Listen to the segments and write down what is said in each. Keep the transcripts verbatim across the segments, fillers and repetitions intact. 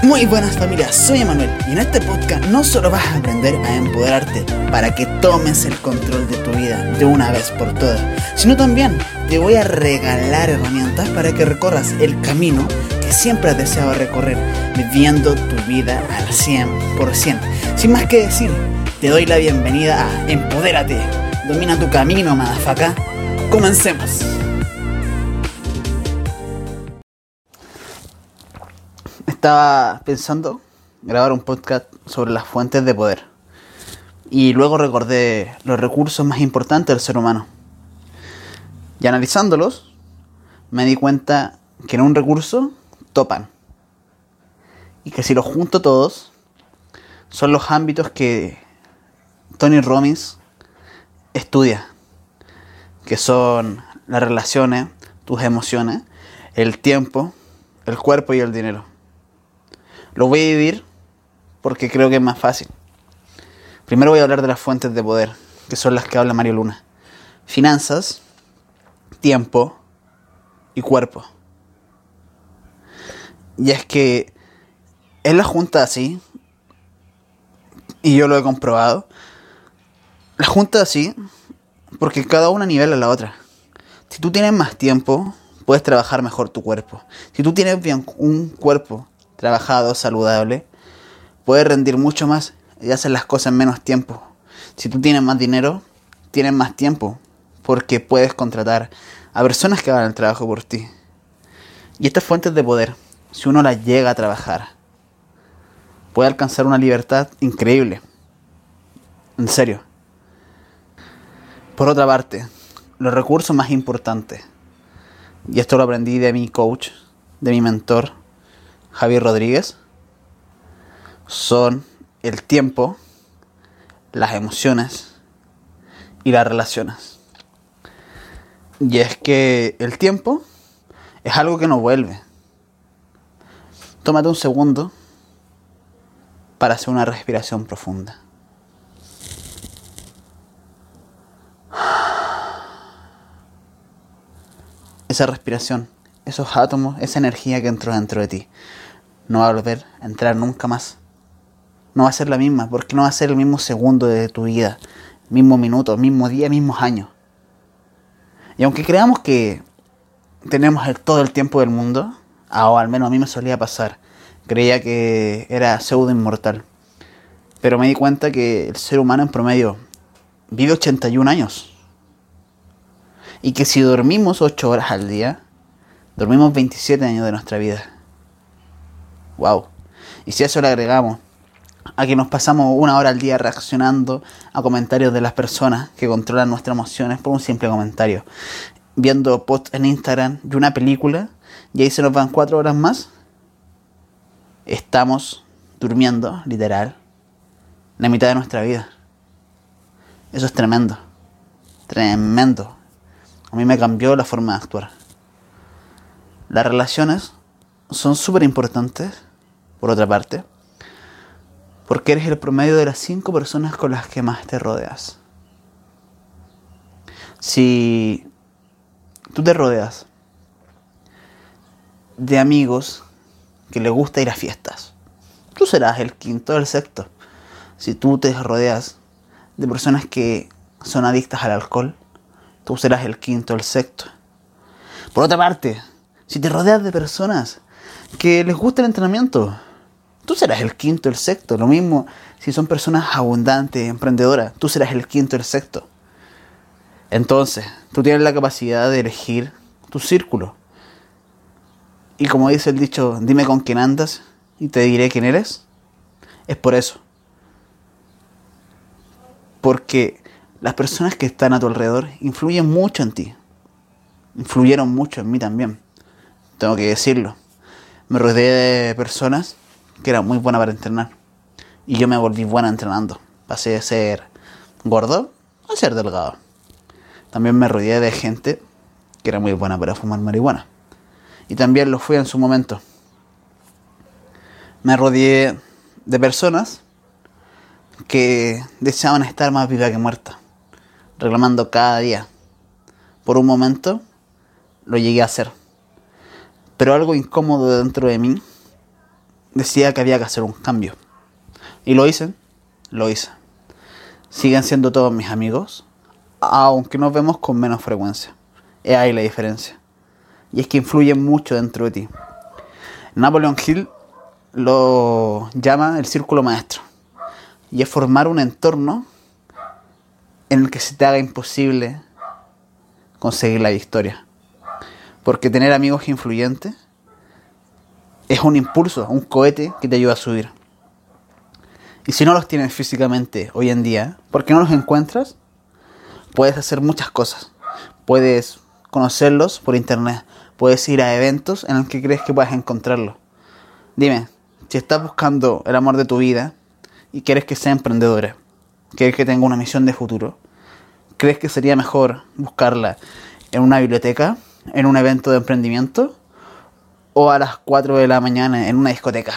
Muy buenas familias, soy Emanuel y en este podcast no solo vas a aprender a empoderarte para que tomes el control de tu vida de una vez por todas, sino también te voy a regalar herramientas para que recorras el camino que siempre has deseado recorrer, viviendo tu vida al cien por ciento. Sin más que decir, te doy la bienvenida a Empodérate, domina tu camino, motherfucker. Comencemos. Estaba pensando grabar un podcast sobre las fuentes de poder y luego recordé los recursos más importantes del ser humano. Y analizándolos, me di cuenta que en un recurso topan y que si los junto todos, son los ámbitos que Tony Robbins estudia, que son las relaciones, tus emociones, el tiempo, el cuerpo y el dinero. Lo voy a dividir porque creo que es más fácil. Primero voy a hablar de las fuentes de poder, que son las que habla Mario Luna. Finanzas, tiempo y cuerpo. Y es que él la junta así, y yo lo he comprobado. La junta así porque cada una nivela a la otra. Si tú tienes más tiempo, puedes trabajar mejor tu cuerpo. Si tú tienes bien un cuerpo trabajado, saludable, puedes rendir mucho más y hacer las cosas en menos tiempo. Si tú tienes más dinero, tienes más tiempo, porque puedes contratar a personas que hagan el trabajo por ti. Y estas fuentes de poder, si uno las llega a trabajar, puede alcanzar una libertad increíble. En serio. Por otra parte, los recursos más importantes, y esto lo aprendí de mi coach, de mi mentor, Javier Rodríguez, son el tiempo, las emociones y las relaciones. Y es que el tiempo es algo que no vuelve. Tómate un segundo para hacer una respiración profunda. Esa respiración, esos átomos, esa energía que entró dentro de ti, no va a volver a entrar nunca más. No va a ser la misma, porque no va a ser el mismo segundo de tu vida, mismo minuto, mismo día, mismos años. Y aunque creamos que tenemos el, todo el tiempo del mundo, o al menos a mí me solía pasar, creía que era pseudo inmortal. Pero me di cuenta que el ser humano en promedio vive ochenta y un años. Y que si dormimos ocho horas al día, dormimos veintisiete años de nuestra vida. Wow. Y si a eso le agregamos a que nos pasamos una hora al día reaccionando a comentarios de las personas que controlan nuestras emociones por un simple comentario, viendo posts en Instagram de una película, y ahí se nos van cuatro horas más, estamos durmiendo, literal, la mitad de nuestra vida. Eso es tremendo. Tremendo. A mí me cambió la forma de actuar. Las relaciones son súper importantes, por otra parte, porque eres el promedio de las cinco personas con las que más te rodeas. Si tú te rodeas de amigos que les gusta ir a fiestas, tú serás el quinto o el sexto. Si tú te rodeas de personas que son adictas al alcohol, tú serás el quinto o el sexto. Por otra parte, si te rodeas de personas que les gusta el entrenamiento, tú serás el quinto o el sexto. Lo mismo si son personas abundantes, emprendedoras, tú serás el quinto o el sexto. Entonces, tú tienes la capacidad de elegir tu círculo. Y como dice el dicho, dime con quién andas y te diré quién eres. Es por eso. Porque las personas que están a tu alrededor influyen mucho en ti. Influyeron mucho en mí también. Tengo que decirlo. Me rodeé de personas que eran muy buenas para entrenar. Y yo me volví buena entrenando. Pasé de ser gordo a ser delgado. También me rodeé de gente que era muy buena para fumar marihuana. Y también lo fui en su momento. Me rodeé de personas que deseaban estar más viva que muerta, reclamando cada día. Por un momento lo llegué a hacer. Pero algo incómodo dentro de mí decía que había que hacer un cambio. Y lo hice, lo hice. Siguen siendo todos mis amigos, aunque nos vemos con menos frecuencia. Es ahí la diferencia. Y es que influye mucho dentro de ti. Napoleon Hill lo llama el círculo maestro. Y es formar un entorno en el que se te haga imposible conseguir la victoria. Porque tener amigos influyentes es un impulso, un cohete que te ayuda a subir. Y si no los tienes físicamente hoy en día, ¿por qué no los encuentras? Puedes hacer muchas cosas. Puedes conocerlos por internet. Puedes ir a eventos en los que crees que puedes encontrarlos. Dime, si estás buscando el amor de tu vida y quieres que sea emprendedora, quieres que tenga una misión de futuro, ¿crees que sería mejor buscarla en una biblioteca, en un evento de emprendimiento, o a las cuatro de la mañana en una discoteca?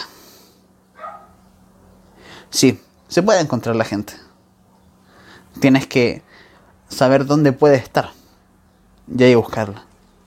Sí, se puede encontrar la gente. Tienes que saber dónde puede estar y ahí buscarla.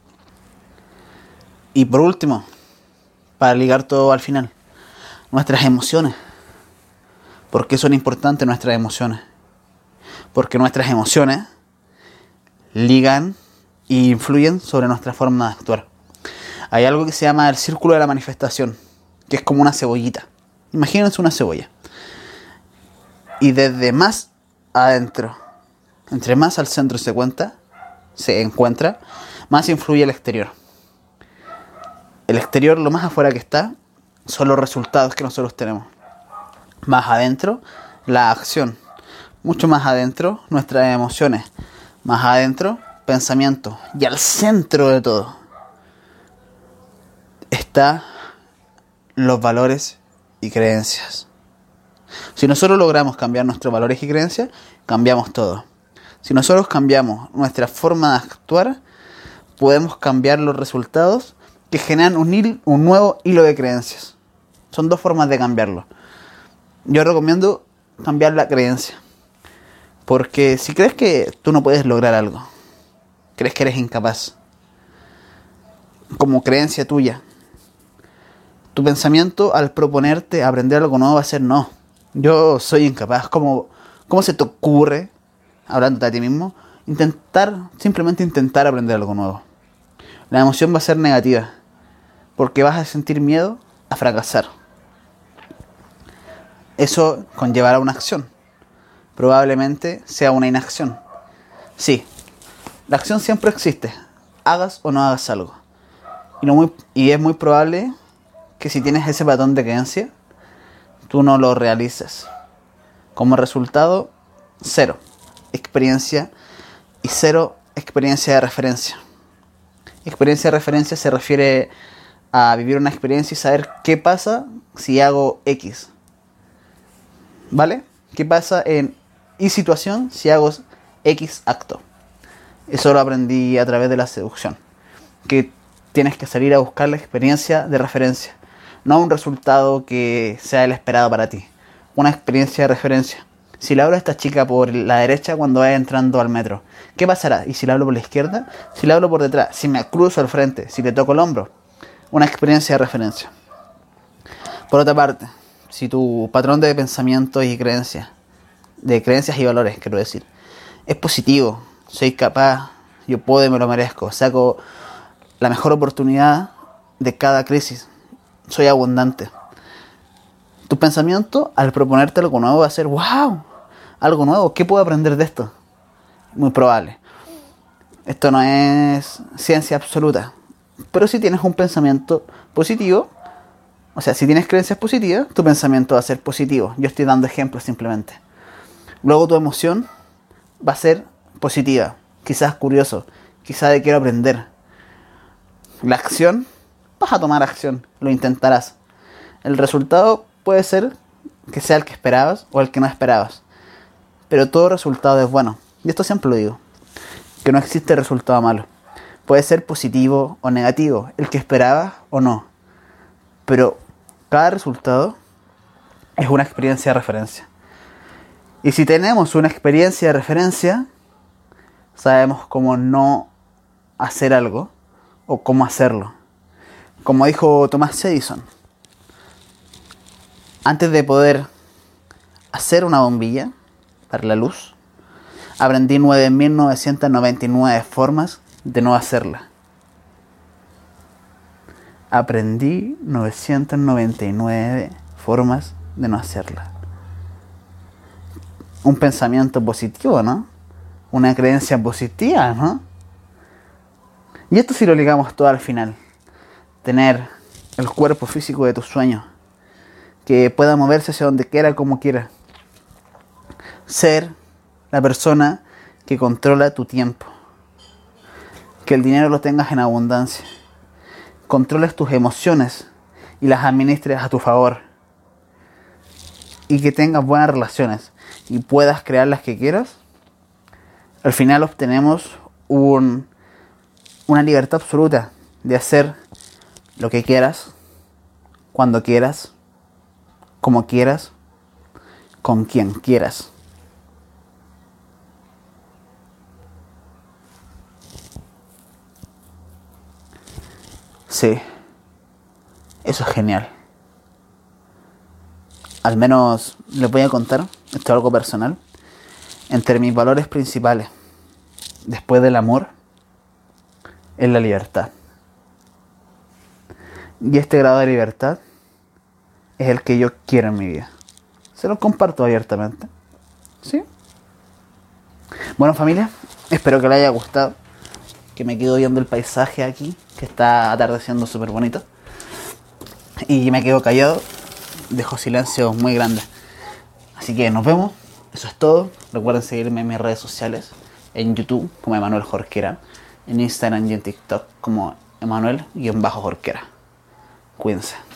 Y por último, para ligar todo al final, nuestras emociones. ¿Por qué son importantes nuestras emociones? Porque nuestras emociones ligan e influyen sobre nuestra forma de actuar. Hay algo que se llama el círculo de la manifestación, que es como una cebollita. Imagínense una cebolla. Y desde más adentro, entre más al centro se cuenta, se encuentra, más influye el exterior. El exterior, lo más afuera que está, son los resultados que nosotros tenemos. Más adentro, la acción. Mucho más adentro, nuestras emociones. Más adentro, pensamiento. Y al centro de todo está los valores y creencias. Si nosotros logramos cambiar nuestros valores y creencias, cambiamos todo. Si nosotros cambiamos nuestra forma de actuar, podemos cambiar los resultados que generan un, hilo, un nuevo hilo de creencias. Son dos formas de cambiarlo. Yo recomiendo cambiar la creencia. Porque si crees que tú no puedes lograr algo, crees que eres incapaz, como creencia tuya, tu pensamiento al proponerte aprender algo nuevo va a ser no. Yo soy incapaz. ¿Cómo, cómo se te ocurre, hablándote a ti mismo, intentar, simplemente intentar aprender algo nuevo? La emoción va a ser negativa, porque vas a sentir miedo a fracasar. Eso conllevará una acción. Probablemente sea una inacción. Sí, la acción siempre existe, hagas o no hagas algo. Y, no muy, y es muy probable que si tienes ese patrón de creencia, tú no lo realices. Como resultado, cero experiencia y cero experiencia de referencia. Experiencia de referencia se refiere a vivir una experiencia y saber qué pasa si hago X. ¿Vale? ¿Qué pasa en Y situación si hago X acto? Eso lo aprendí a través de la seducción. Que tienes que salir a buscar la experiencia de referencia. No un resultado que sea el esperado para ti. Una experiencia de referencia. Si le hablo a esta chica por la derecha cuando vaya entrando al metro, ¿qué pasará? ¿Y si le hablo por la izquierda? Si le hablo por detrás, si me cruzo al frente, si le toco el hombro. Una experiencia de referencia. Por otra parte, si tu patrón de pensamiento y creencias, de creencias y valores, quiero decir, es positivo, soy capaz, yo puedo y me lo merezco, saco la mejor oportunidad de cada crisis, soy abundante. Tu pensamiento, al proponerte algo nuevo, va a ser ¡wow! Algo nuevo, ¿qué puedo aprender de esto? Muy probable. Esto no es ciencia absoluta. Pero si tienes un pensamiento positivo, o sea, si tienes creencias positivas, tu pensamiento va a ser positivo. Yo estoy dando ejemplos simplemente. Luego tu emoción va a ser positiva. Quizás curioso, quizás de quiero aprender. La acción, vas a tomar acción, lo intentarás. El resultado puede ser que sea el que esperabas o el que no esperabas. Pero todo resultado es bueno. Y esto siempre lo digo, que no existe resultado malo. Puede ser positivo o negativo, el que esperabas o no. Pero cada resultado es una experiencia de referencia. Y si tenemos una experiencia de referencia, sabemos cómo no hacer algo o cómo hacerlo. Como dijo Thomas Edison, Antes de poder hacer una bombilla para la luz, aprendí nueve mil novecientas noventa y nueve formas de no hacerla. Aprendí novecientas noventa y nueve formas de no hacerla. Un pensamiento positivo, ¿no? Una creencia positiva, ¿no? Y esto si lo ligamos todo al final. Tener el cuerpo físico de tus sueños, que pueda moverse hacia donde quiera, como quiera. Ser la persona que controla tu tiempo. Que el dinero lo tengas en abundancia. Controles tus emociones y las administres a tu favor. Y que tengas buenas relaciones y puedas crear las que quieras. Al final obtenemos un, una libertad absoluta de hacer lo que quieras, cuando quieras, como quieras, con quien quieras. Sí, eso es genial. Al menos les voy a contar, esto es algo personal, entre mis valores principales, después del amor, es la libertad. Y este grado de libertad es el que yo quiero en mi vida. Se lo comparto abiertamente. ¿Sí? Bueno, familia, espero que les haya gustado. Que me quedo viendo el paisaje aquí, que está atardeciendo súper bonito. Y me quedo callado. Dejo silencio muy grande. Así que nos vemos. Eso es todo. Recuerden seguirme en mis redes sociales. En YouTube como Emanuel Jorquera. En Instagram y en TikTok como Emanuel-Jorquera. Cuídense.